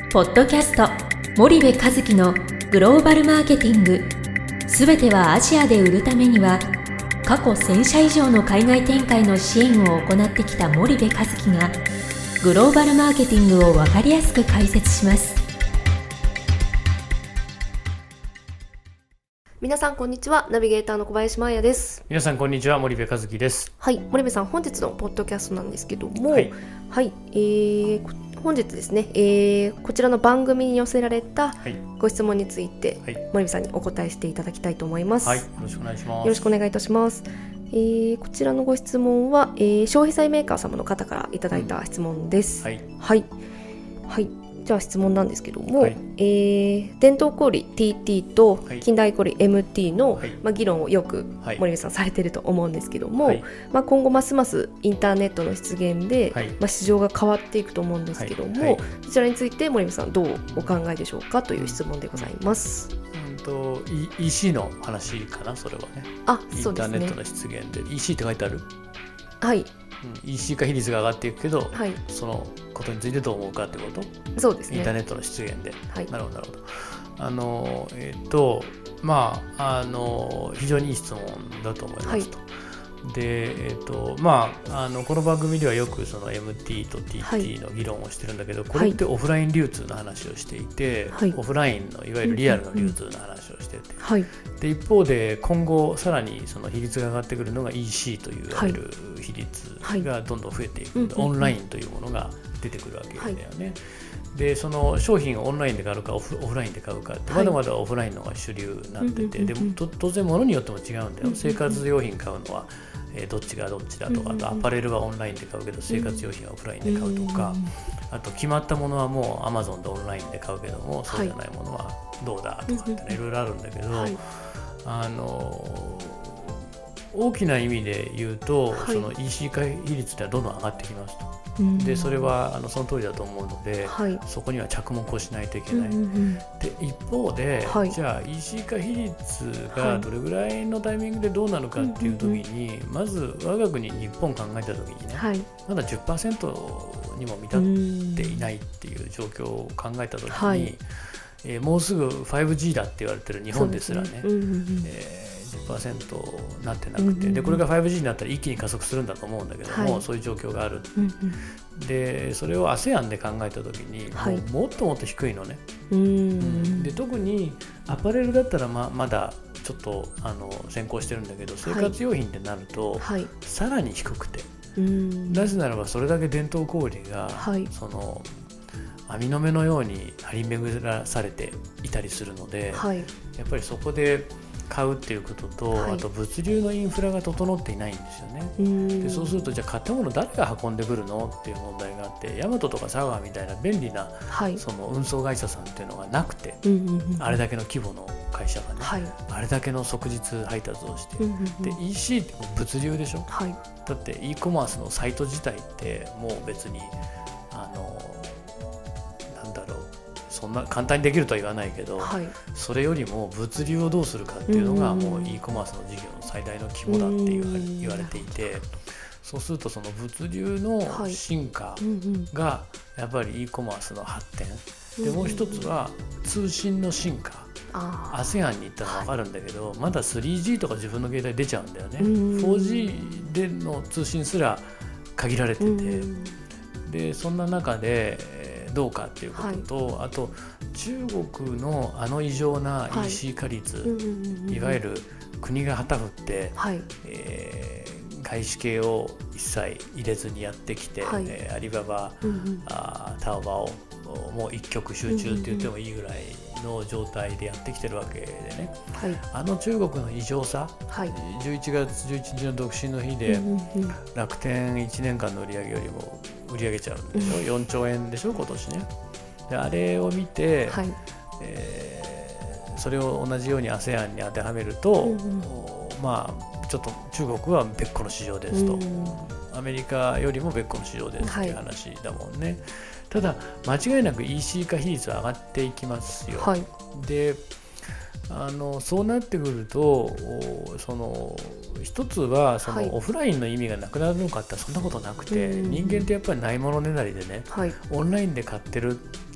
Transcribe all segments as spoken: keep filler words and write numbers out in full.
ポッドキャスト森部一樹のグローバルマーケティング、すべてはアジアで売るためには、過去せん社以上の海外展開の支援を行ってきた森部一樹がグローバルマーケティングを分かりやすく解説します。 皆さんこんにちは。ナビゲーターの小林真彩です。 皆さんこんにちは。森部一樹です。 はい、森部さん、本日のポッドキャストなんですけども、 はい、 はい、えー、本日ですね、えー、こちらの番組に寄せられたご質問について、はい、森部さんにお答えしていただきたいと思います。 はい、よろしくお願いします。 よろしくお願いいたします。えー、こちらのご質問は、えー、消費財メーカー様の方からいただいた質問です。 うん、はい、 はいはい、じゃあ質問なんですけども、 はい、 えー、伝統小売 ティーティー と近代小売 エムティー の、 はい、 まあ、議論をよく森部さんされていると思うんですけども、はい、まあ、今後ますますインターネットの出現で、はい、まあ、市場が変わっていくと思うんですけども、はいはい、そちらについて森部さんどうお考えでしょうかという質問でございます。 うんと イーシー の話かな、それはね。 あ、そうですね。 インターネットの出現で イーシー って書いてある？ はい、 うん、イーシー 化比率が上がっていくけど、 はい、 そのことについてどう思うかってこと？ そうですね。 インターネットの出現で、 はい、 なるほどなるほど。あのえっ、ー、とまああの非常にいい質問だと思いますと。はい、でえっ、ー、とまああのこの番組ではよくその エムティー と ティーティー の議論をしてるんだけど、はい、これってオフライン流通の話をしていて、はい、オフラインのいわゆるリアルの流通の話をしてて、はい、で一方で今後さらにその比率が上がってくるのが イーシー といういわゆる比率がどんどん増えていく、はい、オンラインというものが出てくるわけだよね。はい、でその商品をオンラインで買うかオフ、オフラインで買うかってまだまだオフラインの方が主流になってて、でも当然物によっても違うんだよ。生活用品買うのは、えー、どっちがどっちだとか、あとアパレルはオンラインで買うけど生活用品はオフラインで買うとか、あと決まったものはもう Amazon でオンラインで買うけどもそうじゃないものはどうだとかってね、いろいろあるんだけど、はい、あの大きな意味で言うと、はい、その イーシー 化比率ってどんどん上がってきますと。でそれはあのその通りだと思うので、はい、そこには着目をしないといけない。うんうんうん、で一方で、はい、じゃあ イーシー 化比率がどれぐらいのタイミングでどうなるかっていう時に、はい、まず我が国日本考えた時にね、はい、まだ じゅっパーセント にも満たっていないっていう状況を考えた時に、はい、えー、もうすぐ ファイブジー だって言われてる日本ですらね、うんうんうん、えーじゅっパーセント になってなくて、うんうんうん、でこれが ファイブジー になったら一気に加速するんだと思うんだけども、はい、そういう状況がある、うんうん、でそれを アセアン で考えた時に、はい、も, もっともっと低いのね。うん、うん、で特にアパレルだったら ま, まだちょっとあの先行してるんだけど、生活用品ってなると、はい、さらに低くて、うん、なぜならばそれだけ伝統小売が、はい、その網の目のように張り巡らされていたりするので、はい、やっぱりそこで買うっていうことと、はい、あと物流のインフラが整っていないんですよね。でそうするとじゃあ買ったもの誰が運んでくるのっていう問題があって、ヤマトとか佐川みたいな便利な、はい、その運送会社さんっていうのがなくて、うんうんうん、あれだけの規模の会社がね、はい、あれだけの即日配達をして、うんうんうん、で イーシー って物流でしょ、はい、だって e コマースのサイト自体ってもう別にあのなんだろうそんな簡単にできるとは言わないけど、はい、それよりも物流をどうするかっていうのがもう e コマースの事業の最大の肝だって言われていて、そうするとその物流の進化がやっぱり e コマースの発展で、もう一つは通信の進化。アセアン に行ったら分かるんだけど、まだ スリージー とか自分の携帯出ちゃうんだよね。フォージー での通信すら限られてて、でそんな中でどうかっていうことと、はい、あと中国のあの異常な イーシー 化率、はい、いわゆる国が旗振って、はい、えー、外資系を一切入れずにやってきて、はい、えー、アリババ、うんうん、あタオバオもう一極集中って言ってもいいぐらいの状態でやってきてるわけでね、はい、あの中国の異常さ、はい、じゅういちがつじゅういちにちの独身の日で、うんうんうん、楽天いちねんかんの売り上げよりも売り上げちゃうんでしょ、うん、よんちょうえんでしょ今年ね。であれを見て、はい、えー、それを同じように アセアン に当てはめると、うんうん、まあちょっと中国は別個の市場ですと、うん、アメリカよりも別個の市場ですっていう話だもんね、はい、ただ間違いなく イーシー 化比率は上がっていきますよ、はい、であのそうなってくるとその一つはそのオフラインの意味がなくなるのかってそんなことなくて、はい、人間ってやっぱりないものねだりでね、はい、オンラインで買ってるって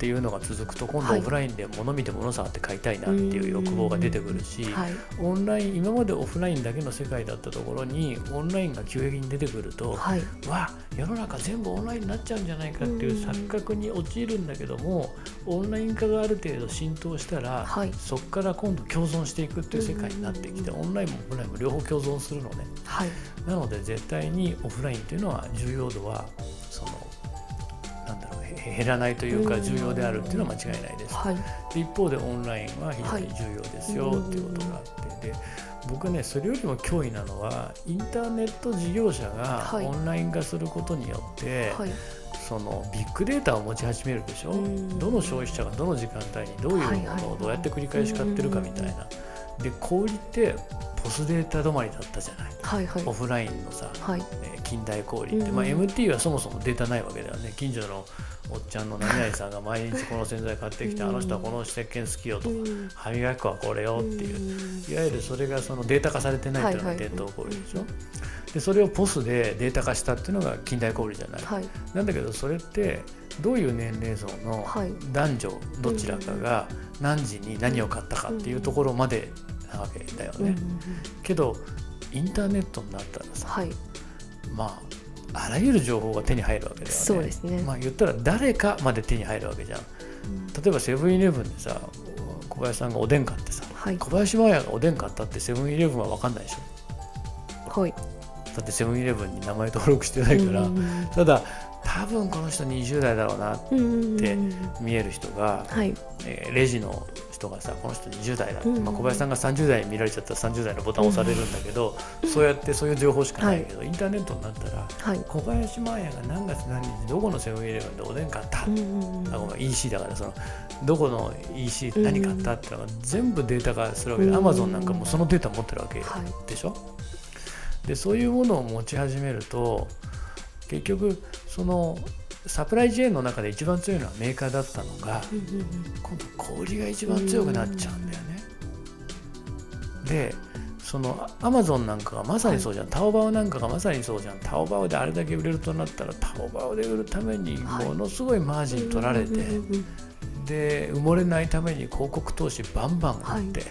っていうのが続くと今度オフラインで物見て物触って買いたいなっていう欲望が出てくるし、はい、オンライン今までオフラインだけの世界だったところにオンラインが急激に出てくると、はい、わ世の中全部オンラインになっちゃうんじゃないかっていう錯覚に陥るんだけども、オンライン化がある程度浸透したら、はい、そこから今度共存していくっていう世界になってきて、オンラインもオフラインも両方共存するのね、はい、なので絶対にオフラインっていうのは重要度はそのなんだろう減らないというか重要であるっていうのは間違いないです、はい、で一方でオンラインは非常に重要ですよ、はい、っていうことがあって、で僕ねそれよりも脅威なのはインターネット事業者がオンライン化することによって、はい、そのビッグデータを持ち始めるでしょ、どの消費者がどの時間帯にどういうものをどうやって繰り返し買ってるかみたいな、で小売ってポスデータ止まりだったじゃない、はいはい、オフラインのさ、はいえー、近代小売って、まあ、エムティー はそもそもデータないわけだよね。近所のおっちゃんの何々さんが毎日この洗剤買ってきてあの人はこの石鹸好きよとか歯磨き粉はこれよっていういわゆるそれがそのデータ化されてないっていうのが伝統小売でしょ。でそれをポスでデータ化したっていうのが近代小売じゃない、はい、なんだけどそれってどういう年齢層の男女どちらかが何時に何を買ったかっていうところまでなわけだよね、うんうんうん、けどインターネットになったらさ、はい、まああらゆる情報が手に入るわけだよね。 そうですね。 まあ言ったら誰かまで手に入るわけじゃん、うん、例えばセブンイレブンでさ小林さんがおでん買ってさ、はい、小林麻也がおでん買ったってセブンイレブンは分かんないでしょ。はい。だってセブンイレブンに名前登録してないから、うんうんうん、ただ多分この人にじゅう代だろうなって見える人が、はい、えー、レジの人がさこの人にじゅう代だ、うんうん、まあ、小林さんがさんじゅう代に見られちゃったらさんじゅう代のボタンを押されるんだけど、うん、そうやってそういう情報しかないけど、はい、インターネットになったら、はい、小林麻也が何月何日どこのセブンイレブンでおでん買った、うんうん、あごめん イーシー だからそのどこの イーシー 何買ったってのが全部データ化するわけで、うんうん、Amazon なんかもそのデータ持ってるわけでしょ、はい、でそういうものを持ち始めると結局そのサプライチェーンの中で一番強いのはメーカーだったのが、うんうんうん、今度小売りが一番強くなっちゃうんだよね、うん、でそのアマゾンなんかがまさにそうじゃん、はい、タオバオなんかがまさにそうじゃん。タオバオであれだけ売れるとなったらタオバオで売るためにものすごいマージン取られて、はい、で埋もれないために広告投資バンバン打って、はい、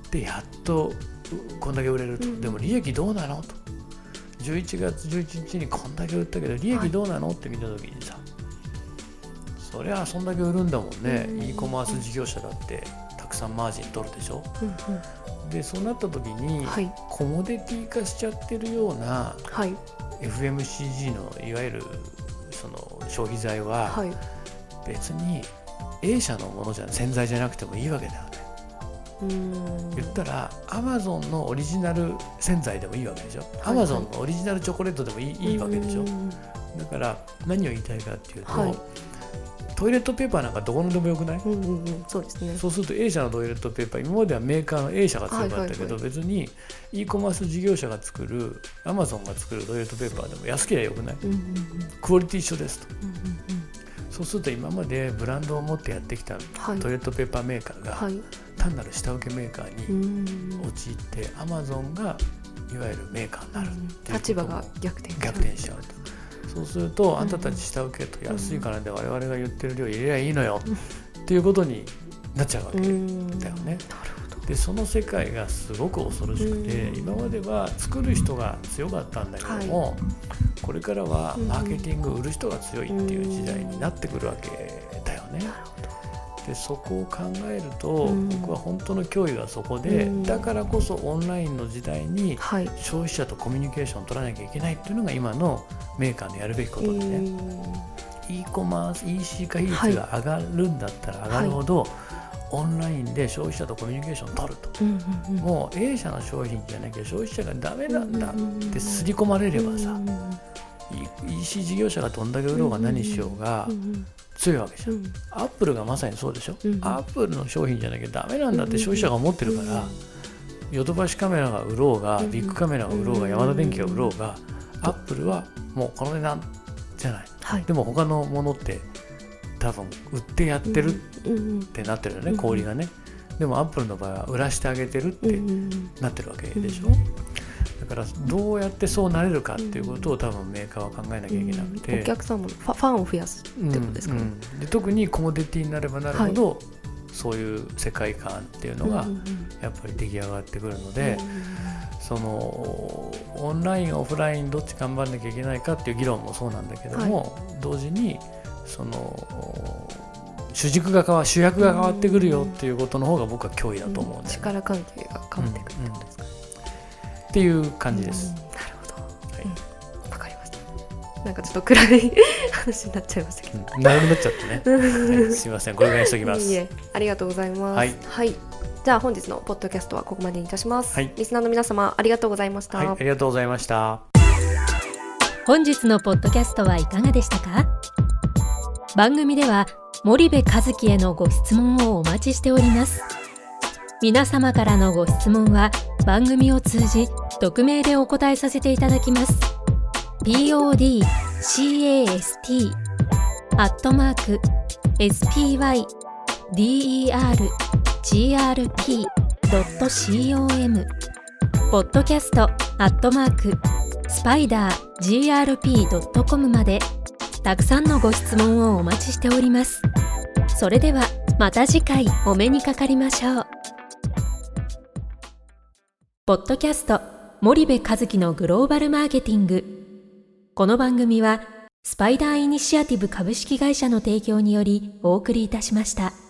でやっとこんだけ売れると、うん、でも利益どうなのとじゅういちがつじゅういちにちにこんだけ売ったけど利益どうなの、はい、って見た時にさ、そりゃそんだけ売るんだもんね、うん、e コマース事業者だってたくさんマージン取るでしょ、うんうん、でそうなった時に、はい、コモディティ化しちゃってるような、はい、エフエムシージー のいわゆるその消費財は、はい、別に A 社のものじゃ洗剤じゃなくてもいいわけだよね。うーん言ったら Amazon のオリジナル洗剤でもいいわけでしょ、はいはい、Amazon のオリジナルチョコレートでもい い, いいわけでしょ。だから何を言いたいかっていうと、はい、トイレットペーパーなんかどこのでもよくない、うんうんうん、そうですね。そうすると A 社のトイレットペーパー今まではメーカーの A 社が強かったけど、はいはいはい、別に e コマース事業者が作る Amazon が作るトイレットペーパーでも安ければよくない、うんうんうん、クオリティ一緒ですと、うんうんうん、そうすると今までブランドを持ってやってきたトイレットペーパーメーカーが、はい、単なる下請けメーカーに陥って Amazon がいわゆるメーカーになるっていう、 立場が逆転逆転しちゃうと。そうするとあんたたち下請けと安いからで我々が言ってる量入れりゃいいのよっていうことになっちゃうわけだよね。でその世界がすごく恐ろしくて、今までは作る人が強かったんだけども、はい、これからはマーケティング売る人が強いっていう時代になってくるわけだよね。でそこを考えると、僕は本当の脅威はそこで、だからこそオンラインの時代に消費者とコミュニケーションを取らなきゃいけないっていうのが今のメーカーのやるべきことでね、e コマース イーシー 化比率が上がるんだったら上がるほど、はい、オンラインで消費者とコミュニケーションを取ると、うんうんうん、もう A 社の商品じゃなきゃ消費者がダメなんだって刷り込まれればさ、うんうんうん、イーシー 事業者がどんだけ売ろうが何しようが強いわけじゃん、うん、アップルがまさにそうでしょ、うん、アップルの商品じゃなきゃダメなんだって消費者が思ってるから、ヨドバシカメラが売ろうがビッグカメラが売ろうがヤマダ電機が売ろうが、アップルはもうこの値段じゃない、はい、でも他のものって多分売ってやってるってなってるよね、うんうん、小売りがね。でもアップルの場合は売らしてあげてるってなってるわけでしょ、うんうん、 だからどうやってそうなれるかっていうことを多分メーカーは考えなきゃいけなくて、 うん、お客さんもファ、ファンを増やすってことですかね、うんうん、で特にコモディティになればなるほど、はい、そういう世界観っていうのがやっぱり出来上がってくるので、うんうんうん、そのオンラインオフラインどっち頑張らなきゃいけないかっていう議論もそうなんだけども、はい、同時にその主軸が変わ主役が変わってくるよっていうことの方が僕は脅威だと思うんで、ね、 力関係が変わってくるってことですか、 うんうん、っていう感じです。 なるほど、はい、うん、わかりました。なんかちょっと暗い話になっちゃいましたけど、 うん、長くなっちゃってね、はい、すいません、これぐらいにしときます。 いいえ、ありがとうございます。はい、はい、じゃあ本日のポッドキャストはここまでにいたします、はい、リスナーの皆様ありがとうございました。 はい、ありがとうございました。 本日のポッドキャストはいかがでしたか？番組では森部和樹へのご質問をお待ちしております。皆様からのご質問は番組を通じ匿名でお答えさせていただきます。ピーオーディーキャスト アットマーク エスピーワイディーイーアールジーアールピー ドット コム ポッドキャストアットマークスパイダー ジーアールピー ドット コム までたくさんのご質問をお待ちしております。それではまた次回お目にかかりましょう。ポッドキャスト森部和樹のグローバルマーケティング。この番組はスパイダーイニシアティブ株式会社の提供によりお送りいたしました。